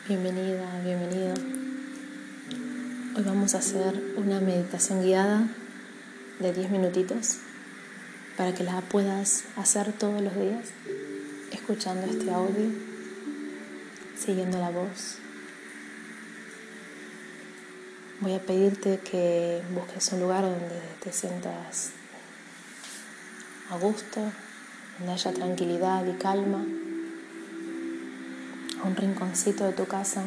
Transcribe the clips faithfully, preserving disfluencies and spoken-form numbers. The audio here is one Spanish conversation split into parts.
Bienvenida, bienvenido. Hoy vamos a hacer una meditación guiada de diez minutitos para que la puedas hacer todos los días, escuchando este audio, siguiendo la voz. Voy a pedirte que busques un lugar donde te sientas a gusto, donde haya tranquilidad y calma, a un rinconcito de tu casa.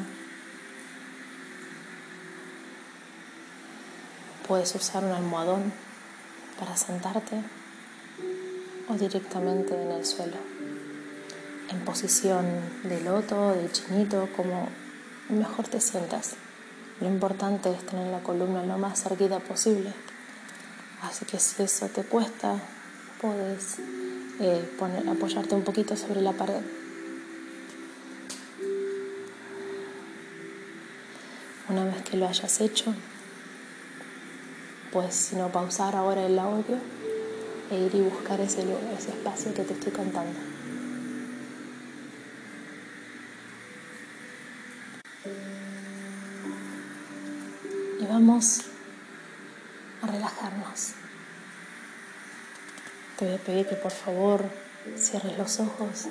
Puedes usar un almohadón para sentarte o directamente en el suelo, en posición de loto, de chinito, como mejor te sientas. Lo importante es tener la columna lo más erguida posible, así que si eso te cuesta, puedes eh, poner, apoyarte un poquito sobre la pared. Una vez que lo hayas hecho, puedes, si no, pausar ahora el audio e ir y buscar ese, ese espacio que te estoy contando. Y vamos a relajarnos. Te voy a pedir que por favor cierres los ojos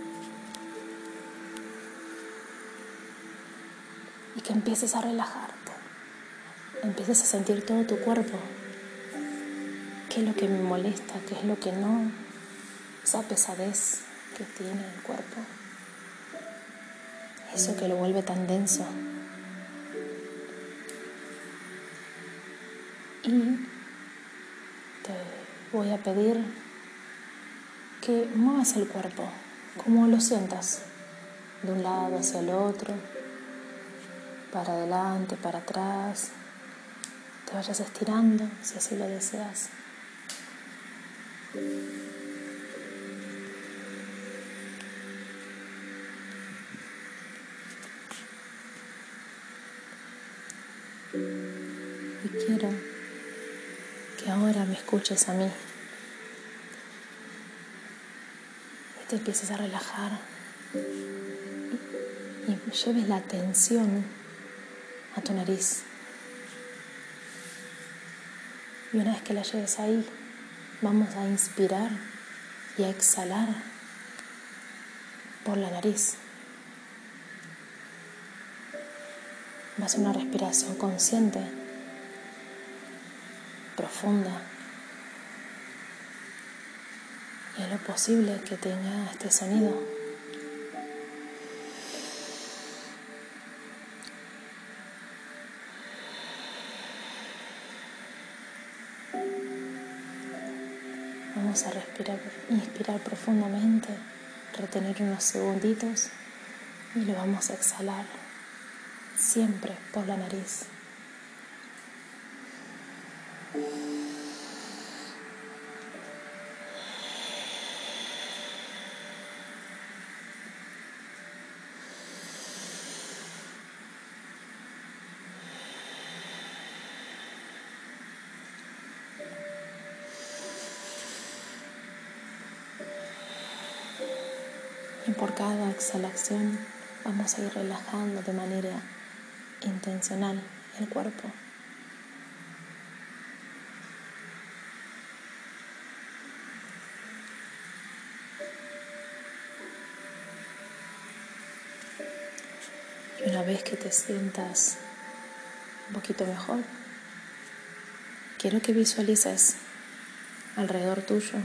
y que empieces a relajarte. Empieces a sentir todo tu cuerpo. ¿Qué es lo que me molesta? ¿Qué es lo que no? Esa pesadez que tiene el cuerpo. Eso que lo vuelve tan denso. Y te voy a pedir que muevas el cuerpo, como lo sientas, de un lado hacia el otro, para adelante, para atrás. Te vayas estirando, si así lo deseas. Y quiero que ahora me escuches a mí y te empieces a relajar y, y lleves la atención a tu nariz. Y una vez que la lleves ahí, vamos a inspirar y a exhalar por la nariz. Va a ser una respiración consciente, profunda. Y es lo posible que tenga este sonido. Vamos a respirar, inspirar profundamente, retener unos segunditos y lo vamos a exhalar siempre por la nariz. Y por cada exhalación vamos a ir relajando de manera intencional el cuerpo. Y una vez que te sientas un poquito mejor, quiero que visualices alrededor tuyo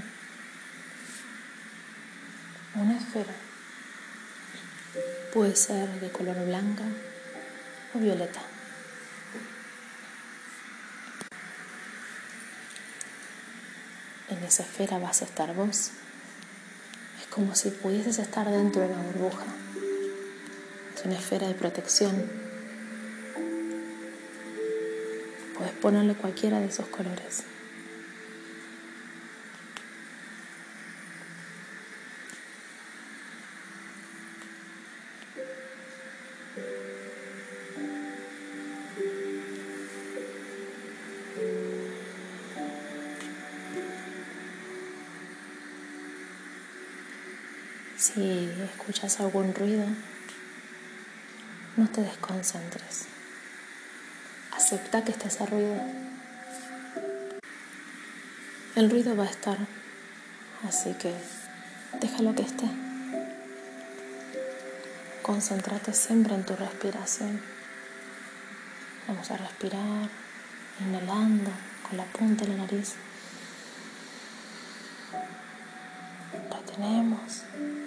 una esfera. Puede ser de color blanca o violeta. En esa esfera vas a estar vos. Es como si pudieses estar dentro de una burbuja. Es una esfera de protección. Puedes ponerle cualquiera de esos colores. Si escuchas algún ruido, No te desconcentres. Acepta que esté ese ruido. El ruido va a estar, así que déjalo que esté. Concéntrate siempre en tu respiración. Vamos a respirar, inhalando con la punta de la nariz. Retenemos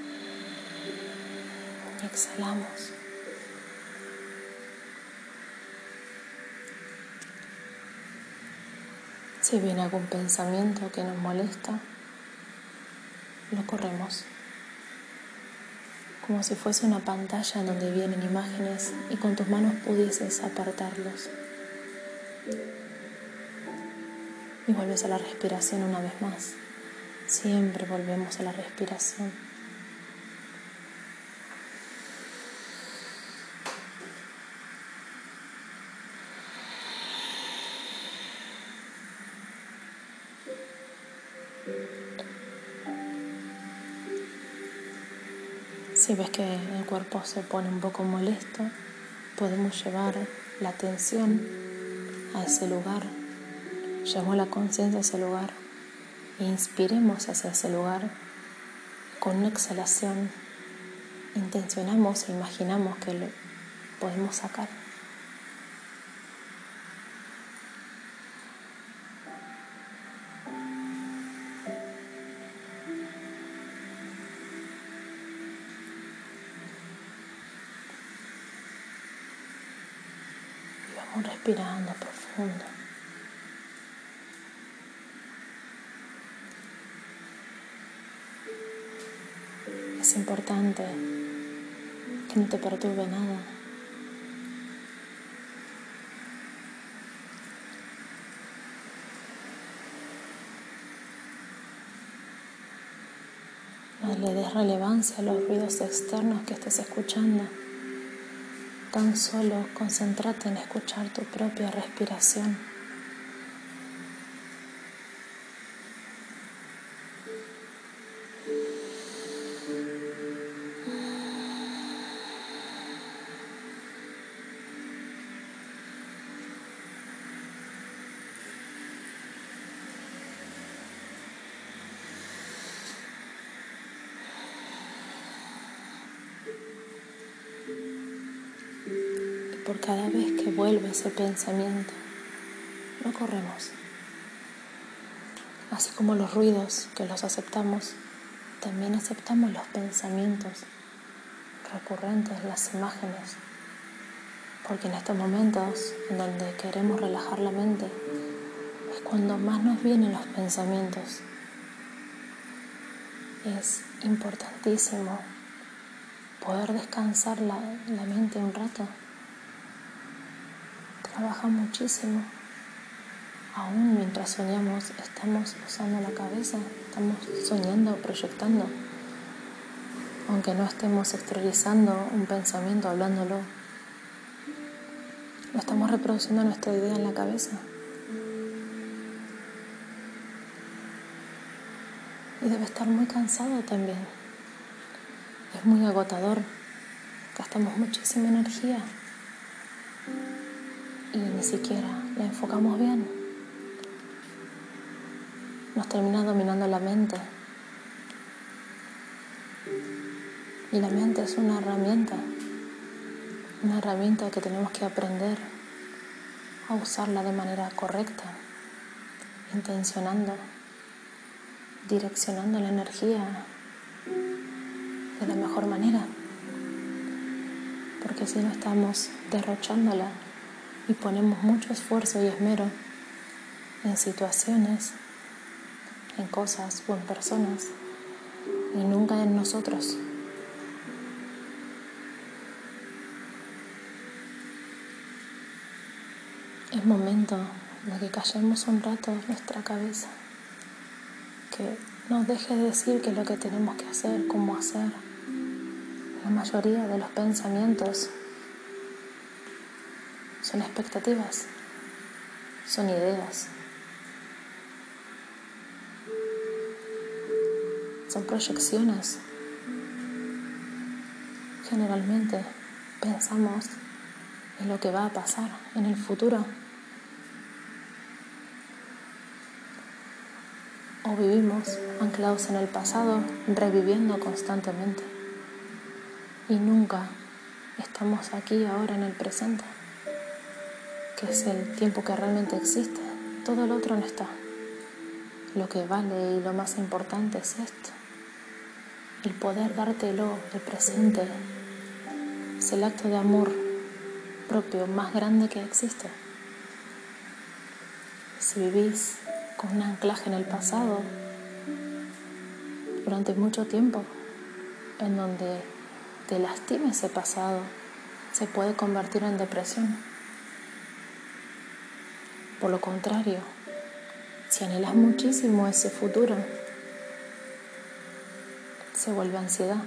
y exhalamos. Si viene algún pensamiento que nos molesta, lo corremos. Como si fuese una pantalla en donde vienen imágenes y con tus manos pudieses apartarlos. Y vuelves a la respiración una vez más. Siempre volvemos a la respiración. Si ves que el cuerpo se pone un poco molesto, podemos llevar la atención a ese lugar. Llevamos la conciencia a ese lugar e inspiremos hacia ese lugar. Con una exhalación intencionamos e imaginamos que lo podemos sacar. Respirando profundo. Es importante que no te perturbe nada. No le des relevancia a los ruidos externos que estés escuchando. Tan solo concéntrate en escuchar tu propia respiración. Por cada vez que vuelve ese pensamiento, lo corremos. Así como los ruidos que los aceptamos, también aceptamos los pensamientos recurrentes, las imágenes. Porque en estos momentos en donde queremos relajar la mente, es cuando más nos vienen los pensamientos. Es importantísimo poder descansar la, la mente un rato. Trabaja muchísimo. Aún mientras soñamos, estamos usando la cabeza, estamos soñando, proyectando. Aunque no estemos exteriorizando un pensamiento, hablándolo, lo estamos reproduciendo nuestra idea en la cabeza. Y debe estar muy cansado también. Es muy agotador. Gastamos muchísima energía. Y ni siquiera la enfocamos bien. Nos termina dominando la mente. Y la mente es una herramienta. Una herramienta que tenemos que aprender a usarla de manera correcta. Intencionando. Direccionando la energía de la mejor manera. Porque si no estamos derrochándola y ponemos mucho esfuerzo y esmero en situaciones, en cosas o en personas, y nunca en nosotros. Es momento de que callemos un rato nuestra cabeza, que nos deje decir qué es lo que tenemos que hacer, cómo hacer. La mayoría de los pensamientos son expectativas, son ideas, son proyecciones. Generalmente pensamos en lo que va a pasar en el futuro. O vivimos anclados en el pasado, reviviendo constantemente. Y nunca estamos aquí ahora en el presente, que es el tiempo que realmente existe. Todo lo otro no está. Lo que vale y lo más importante es esto. El poder dártelo, el presente, es el acto de amor propio más grande que existe. Si vivís con un anclaje en el pasado durante mucho tiempo, en donde te lastima ese pasado, se puede convertir en depresión. Por lo contrario, si anhelas muchísimo ese futuro, se vuelve ansiedad.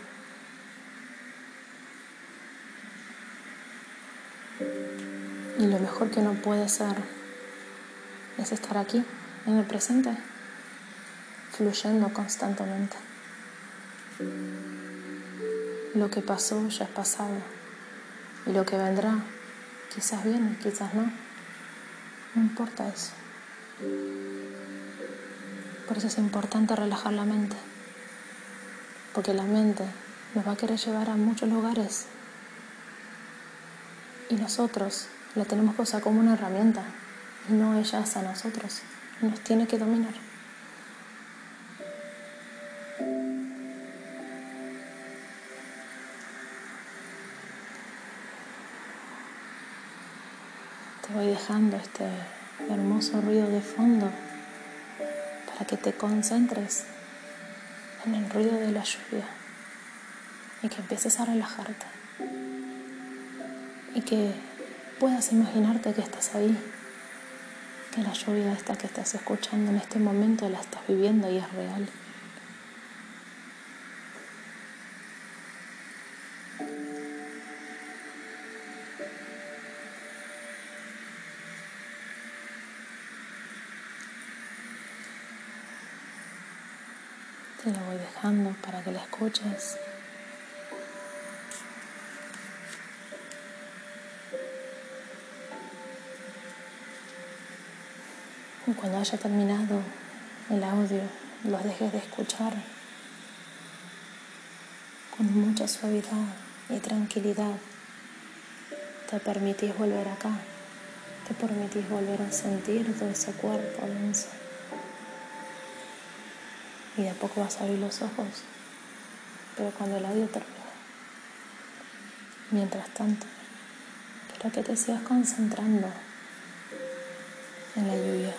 Y lo mejor que uno puede hacer es estar aquí, en el presente, fluyendo constantemente. Lo que pasó ya es pasado. Y lo que vendrá, quizás viene, quizás no. No importa eso. Por eso es importante relajar la mente. Porque la mente nos va a querer llevar a muchos lugares. Y nosotros la tenemos que usar como una herramienta. Y no ella a nosotros. Nos tiene que dominar. Te voy dejando este hermoso ruido de fondo para que te concentres en el ruido de la lluvia y que empieces a relajarte y que puedas imaginarte que estás ahí, que la lluvia esta que estás escuchando en este momento la estás viviendo y es real. Te la voy dejando para que la escuches. Y cuando haya terminado el audio, los dejes de escuchar con mucha suavidad y tranquilidad. Te permitís volver acá. Te permitís volver a sentir todo ese cuerpo denso. Y de a poco vas a abrir los ojos, pero cuando el audio termine. Mientras tanto, quiero que te sigas concentrando en la lluvia.